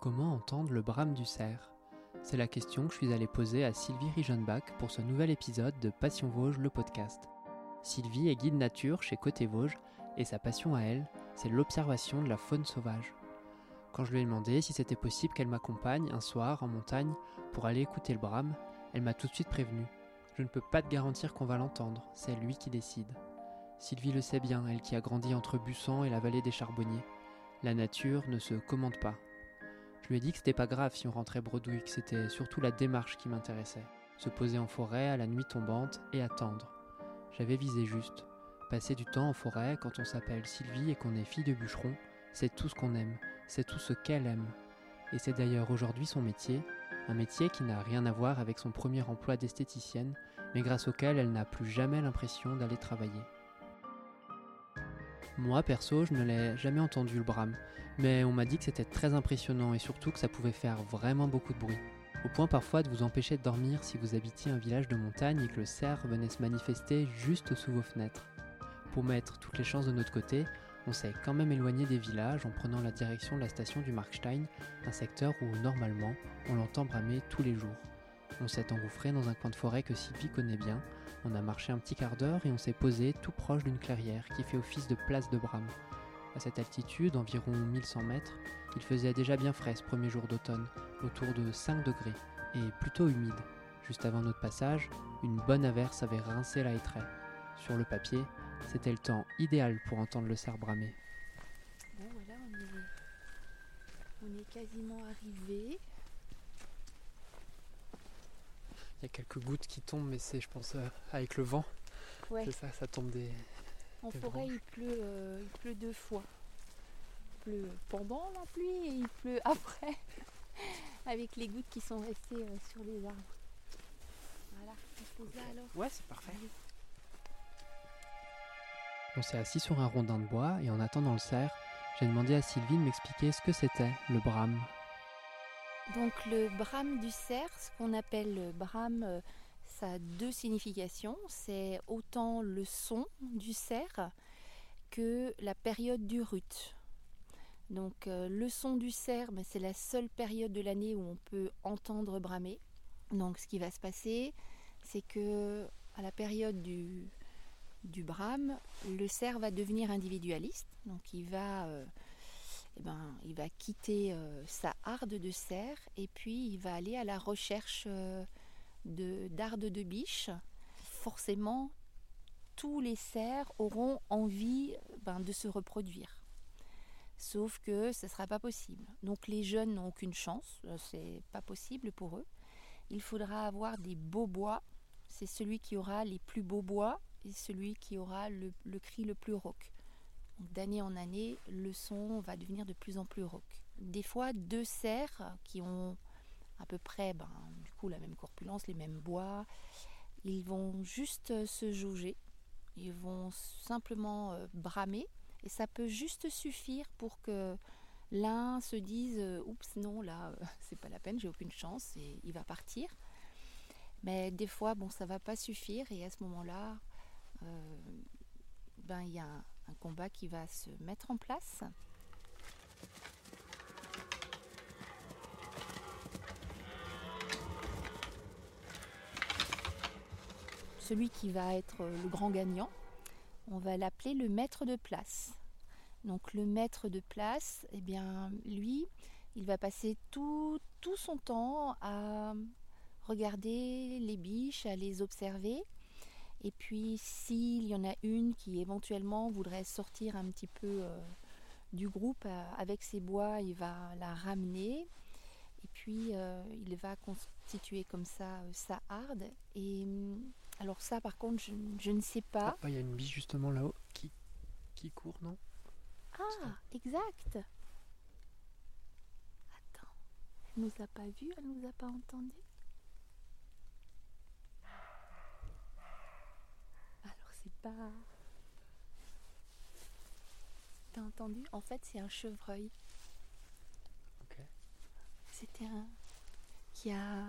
Comment entendre le brame du cerf? C'est la question que je suis allé poser à Sylvie Rijenbach pour ce nouvel épisode de Passion Vosges, le podcast. Sylvie est guide nature chez Côté Vosges et sa passion à elle, c'est l'observation de la faune sauvage. Quand je lui ai demandé si c'était possible qu'elle m'accompagne un soir en montagne pour aller écouter le brame, elle m'a tout de suite prévenu. Je ne peux pas te garantir qu'on va l'entendre, c'est lui qui décide. Sylvie le sait bien, elle qui a grandi entre Bussan et la vallée des Charbonniers. La nature ne se commande pas. Je lui ai dit que c'était pas grave si on rentrait bredouille, que c'était surtout la démarche qui m'intéressait. Se poser en forêt à la nuit tombante et attendre. J'avais visé juste. Passer du temps en forêt quand on s'appelle Sylvie et qu'on est fille de bûcheron, c'est tout ce qu'on aime, c'est tout ce qu'elle aime. Et c'est d'ailleurs aujourd'hui son métier, un métier qui n'a rien à voir avec son premier emploi d'esthéticienne, mais grâce auquel elle n'a plus jamais l'impression d'aller travailler. Moi, perso, je ne l'ai jamais entendu le brame, mais on m'a dit que c'était très impressionnant et surtout que ça pouvait faire vraiment beaucoup de bruit. Au point parfois de vous empêcher de dormir si vous habitiez un village de montagne et que le cerf venait se manifester juste sous vos fenêtres. Pour mettre toutes les chances de notre côté, on s'est quand même éloigné des villages en prenant la direction de la station du Markstein, un secteur où, normalement, on l'entend bramer tous les jours. On s'est engouffré dans un coin de forêt que Sylvie connaît bien, on a marché un petit quart d'heure et on s'est posé tout proche d'une clairière qui fait office de place de brame. À cette altitude, environ 1100 mètres, il faisait déjà bien frais ce premier jour d'automne, autour de 5 degrés, et plutôt humide. Juste avant notre passage, une bonne averse avait rincé la hêtraie. Sur le papier, c'était le temps idéal pour entendre le cerf bramer. Bon voilà, on est quasiment arrivé. Il y a quelques gouttes qui tombent, mais c'est, je pense, avec le vent. Ouais. C'est ça tombe des... En des forêt, branches. il pleut deux fois. Il pleut pendant la pluie et il pleut après, avec les gouttes qui sont restées sur les arbres. Voilà, on se pose là alors. Ouais, c'est parfait. Allez. On s'est assis sur un rondin de bois et en attendant le cerf, j'ai demandé à Sylvie de m'expliquer ce que c'était, le brame. Donc le brame du cerf, ce qu'on appelle le brame, ça a deux significations. C'est autant le son du cerf que la période du rut. Donc le son du cerf, c'est la seule période de l'année où on peut entendre bramer. Donc ce qui va se passer, c'est que à la période du brame, le cerf va devenir individualiste. Donc il va quitter sa harde de cerf et puis il va aller à la recherche d'ardes de biche. Forcément, tous les cerfs auront envie de se reproduire. Sauf que ce ne sera pas possible. Donc les jeunes n'ont aucune chance, c'est pas possible pour eux. Il faudra avoir des beaux bois. C'est celui qui aura les plus beaux bois et celui qui aura le cri le plus rauque. Donc, d'année en année, le son va devenir de plus en plus rauque. Des fois, deux cerfs qui ont à peu près du coup, la même corpulence, les mêmes bois, ils vont juste se jauger. Ils vont simplement bramer. Et ça peut juste suffire pour que l'un se dise « Oups, non, là, c'est pas la peine, j'ai aucune chance » et il va partir. Mais des fois, ça va pas suffire et à ce moment-là, il y a un combat qui va se mettre en place. Celui qui va être le grand gagnant, on va l'appeler le maître de place. Donc le maître de place, lui, il va passer tout son temps à regarder les biches, à les observer. Et puis s'il y en a une qui éventuellement voudrait sortir un petit peu du groupe avec ses bois, il va la ramener. Et puis il va constituer comme ça sa harde. Et alors ça par contre je ne sais pas. Il y a une biche justement là-haut qui court, non? Ah, exact. Attends, elle nous a pas vus, elle nous a pas entendus. Alors c'est pas... T'as entendu? En fait c'est un chevreuil. Ok. C'était un... qui a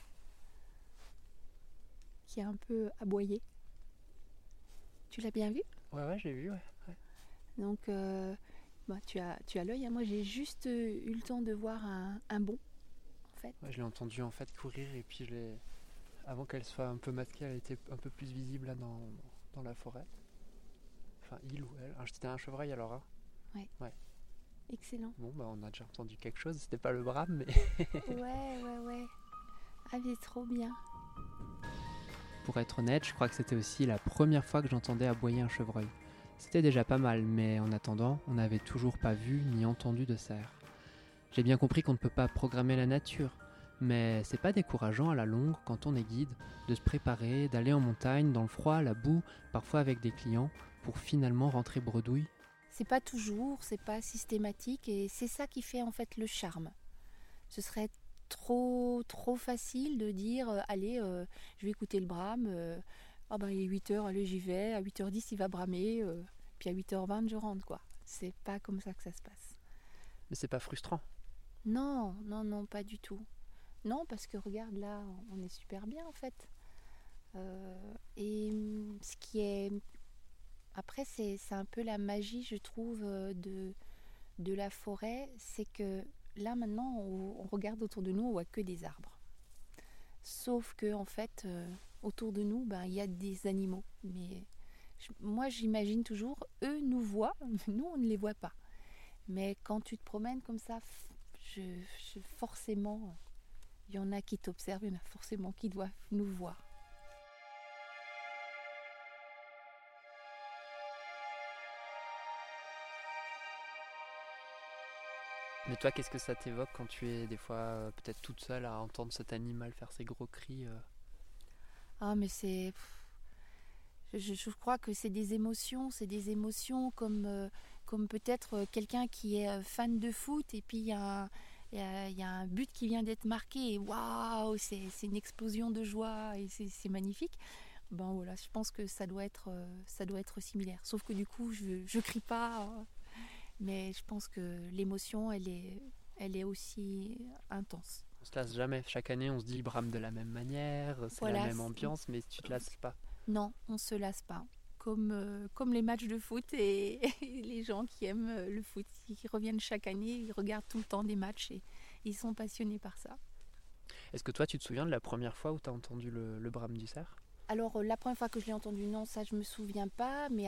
un peu aboyé. Tu l'as bien vu? Ouais, j'ai vu, ouais. Donc Bah, tu as l'œil, hein. Moi, j'ai juste eu le temps de voir un bond, en fait. Ouais, je l'ai entendu en fait courir et puis avant qu'elle soit un peu masquée, elle était un peu plus visible là dans la forêt. Enfin, il ou elle. Ah, c'était un chevreuil alors, hein. Ouais. Excellent. Bon, bah on a déjà entendu quelque chose. C'était pas le brame, mais Ouais. Ah, mais trop bien. pour être honnête, je crois que c'était aussi la première fois que j'entendais aboyer un chevreuil. C'était déjà pas mal, mais en attendant, on n'avait toujours pas vu ni entendu de cerf. J'ai bien compris qu'on ne peut pas programmer la nature, mais c'est pas décourageant à la longue, quand on est guide, de se préparer, d'aller en montagne, dans le froid, la boue, parfois avec des clients, pour finalement rentrer bredouille. C'est pas toujours, c'est pas systématique et c'est ça qui fait en fait le charme. Ce serait trop facile de dire allez, je vais écouter le brame, ah ben il est 8h, allez j'y vais, à 8h10 il va bramer, puis à 8h20 je rentre quoi. C'est pas comme ça que ça se passe. Mais c'est pas frustrant. Non, pas du tout. Non, parce que regarde là, on est super bien en fait. Et ce qui est. Après, c'est un peu la magie, je trouve, de la forêt, c'est que là maintenant, on regarde autour de nous, on voit que des arbres. Sauf que en fait, autour de nous, ben, il y a des animaux. Mais moi, j'imagine toujours, eux nous voient, nous, on ne les voit pas. Mais quand tu te promènes comme ça, forcément, il y en a qui t'observent, il y en a forcément qui doivent nous voir. Mais toi, qu'est-ce que ça t'évoque quand tu es des fois peut-être toute seule à entendre cet animal faire ses gros cris Ah, mais c'est. Je crois que c'est des émotions comme peut-être quelqu'un qui est fan de foot et puis il y a un but qui vient d'être marqué et waouh, c'est une explosion de joie et c'est magnifique. Ben voilà, je pense que ça doit être similaire. Sauf que du coup, je crie pas, mais je pense que l'émotion, elle est aussi intense. On se lasse jamais. Chaque année, on se dit brame de la même manière, c'est la Voilà. même ambiance, mais tu te lasses pas. Non, on se lasse pas. Comme les matchs de foot et, et les gens qui aiment le foot, qui reviennent chaque année, ils regardent tout le temps des matchs et ils sont passionnés par ça. Est-ce que toi, tu te souviens de la première fois où tu as entendu le brame du cerf? Alors la première fois que je l'ai entendu, non, ça je me souviens pas, mais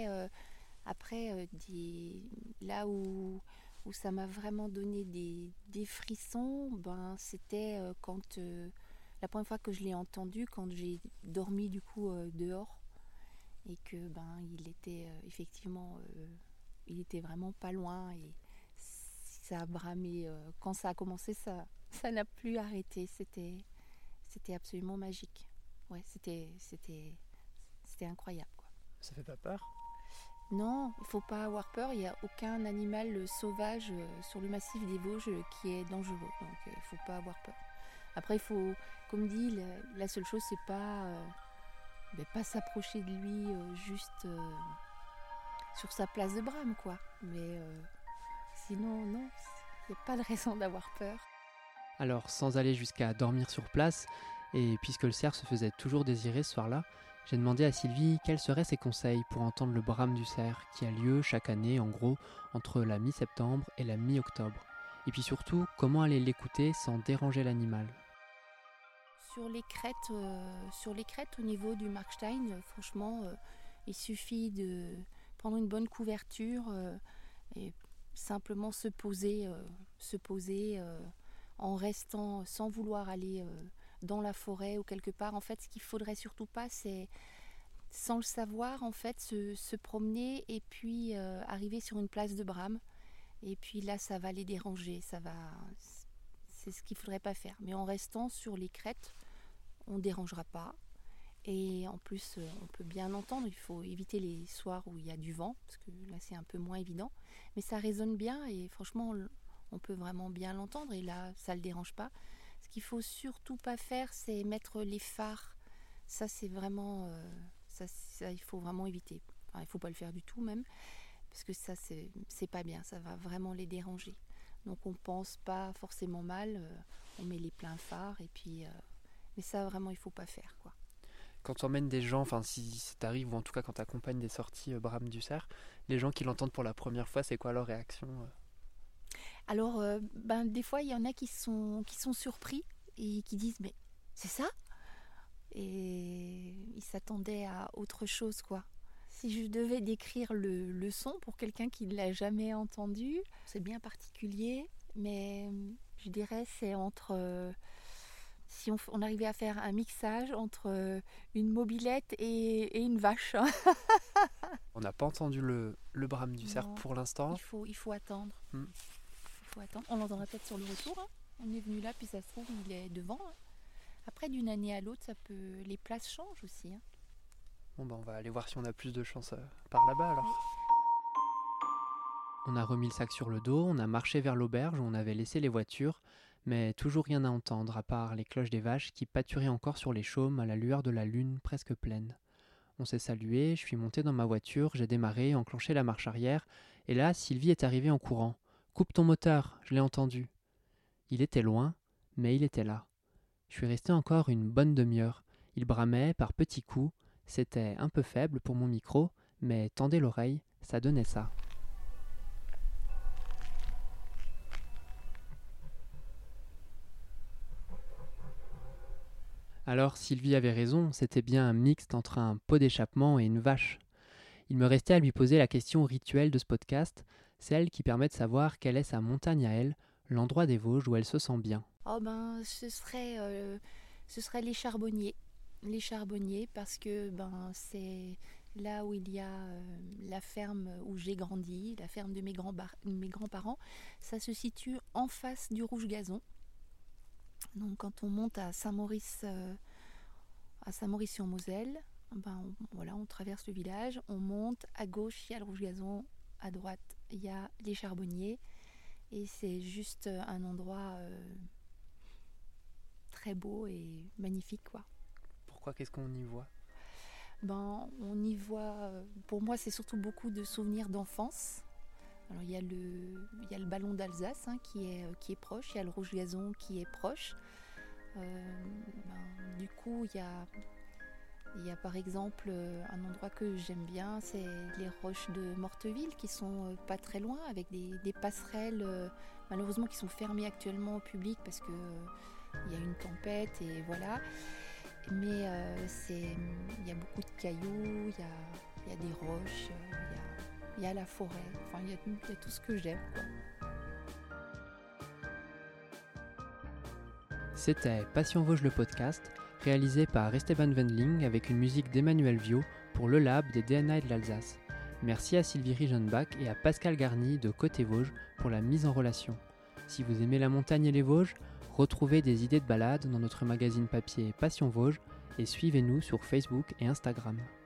là où ça m'a vraiment donné des frissons, ben c'était quand la première fois que je l'ai entendu, quand j'ai dormi du coup dehors. Et que ben il était effectivement il était vraiment pas loin et ça a bramé quand ça a commencé, ça n'a plus arrêté, c'était absolument magique. Ouais, c'était incroyable quoi. Ça fait pas peur? Non, il faut pas avoir peur, il n'y a aucun animal sauvage sur le massif des Vosges qui est dangereux, donc il faut pas avoir peur. Après il faut, comme dit, la seule chose c'est pas s'approcher de lui juste sur sa place de brame quoi. Mais sinon non, il n'y a pas de raison d'avoir peur. Alors, sans aller jusqu'à dormir sur place, et puisque le cerf se faisait toujours désirer ce soir-là, j'ai demandé à Sylvie quels seraient ses conseils pour entendre le brame du cerf, qui a lieu chaque année, en gros, entre la mi-septembre et la mi-octobre. Et puis surtout, comment aller l'écouter sans déranger l'animal. Sur les crêtes au niveau du Markstein, franchement, il suffit de prendre une bonne couverture et simplement se poser en restant sans vouloir aller dans la forêt ou quelque part. En fait, ce qu'il faudrait surtout pas, c'est sans le savoir, en fait, se promener et puis arriver sur une place de brame. Et puis là, ça va les déranger. C'est ce qu'il faudrait pas faire. Mais en restant sur les crêtes, on ne dérangera pas. Et en plus, on peut bien entendre. Il faut éviter les soirs où il y a du vent, parce que là, c'est un peu moins évident. Mais ça résonne bien et franchement, on peut vraiment bien l'entendre. Et là, ça ne le dérange pas. Ce qu'il faut surtout pas faire, c'est mettre les phares. Ça, c'est vraiment... ça, il faut vraiment éviter. Enfin, il ne faut pas le faire du tout même, parce que ça, c'est pas bien. Ça va vraiment les déranger. Donc, on pense pas forcément mal. On met les pleins phares et puis... mais ça, vraiment, il ne faut pas faire, quoi. Quand tu emmènes des gens, enfin si ça t'arrive, ou en tout cas quand tu accompagnes des sorties Brame du Cerf, les gens qui l'entendent pour la première fois, c'est quoi leur réaction Alors, des fois, il y en a qui sont surpris et qui disent mais c'est ça? Et ils s'attendaient à autre chose, quoi. Si je devais décrire le son pour quelqu'un qui ne l'a jamais entendu, c'est bien particulier, mais je dirais c'est entre... si on arrivait à faire un mixage entre une mobilette et une vache. On n'a pas entendu le Brame du Cerf Non, pour l'instant. Il faut attendre. Hmm. Il faut attendre. On l'entendra peut-être sur le retour. Hein. On est venu là, puis ça se trouve, il est devant. Hein. Après, d'une année à l'autre, les places changent aussi. Hein. Bon on va aller voir si on a plus de chance par là-bas alors. On a remis le sac sur le dos, on a marché vers l'auberge où on avait laissé les voitures, mais toujours rien à entendre à part les cloches des vaches qui pâturaient encore sur les chaumes à la lueur de la lune presque pleine. On s'est salué, je suis monté dans ma voiture, j'ai démarré, enclenché la marche arrière, et là Sylvie est arrivée en courant. « Coupe ton moteur, je l'ai entendu. » Il était loin, mais il était là. Je suis resté encore une bonne demi-heure. Il bramait par petits coups. C'était un peu faible pour mon micro, mais tendez l'oreille, ça donnait ça. Alors Sylvie avait raison, c'était bien un mixte entre un pot d'échappement et une vache. Il me restait à lui poser la question rituelle de ce podcast, celle qui permet de savoir quelle est sa montagne à elle, l'endroit des Vosges où elle se sent bien. Oh ce serait les Charbonniers. Les Charbonniers parce que c'est là où il y a la ferme où j'ai grandi, la ferme de mes grands-parents. Ça se situe en face du Rouge Gazon. Donc quand on monte à Saint-Maurice-sur-Moselle, on traverse le village, on monte, à gauche il y a le Rouge Gazon, à droite il y a les Charbonniers et c'est juste un endroit très beau et magnifique quoi. Pourquoi? Qu'est-ce qu'on y voit? On y voit, pour moi c'est surtout beaucoup de souvenirs d'enfance. Alors il y a le ballon d'Alsace qui est proche, il y a le Rouge Gazon qui est proche. Du coup il y a par exemple un endroit que j'aime bien, c'est les roches de Morteville qui sont pas très loin avec des passerelles malheureusement qui sont fermées actuellement au public parce que il y a une tempête et voilà. Mais il y a beaucoup de cailloux, il y a des roches, il y a la forêt, enfin il y a tout ce que j'aime quoi. C'était Passion Vosges le podcast, réalisé par Esteban Wendling avec une musique d'Emmanuel Viau pour le Lab des DNA de l'Alsace. Merci à Sylvie Riegenbach et à Pascal Garny de Côté Vosges pour la mise en relation. Si vous aimez la montagne et les Vosges, retrouvez des idées de balade dans notre magazine papier Passion Vosges et suivez-nous sur Facebook et Instagram.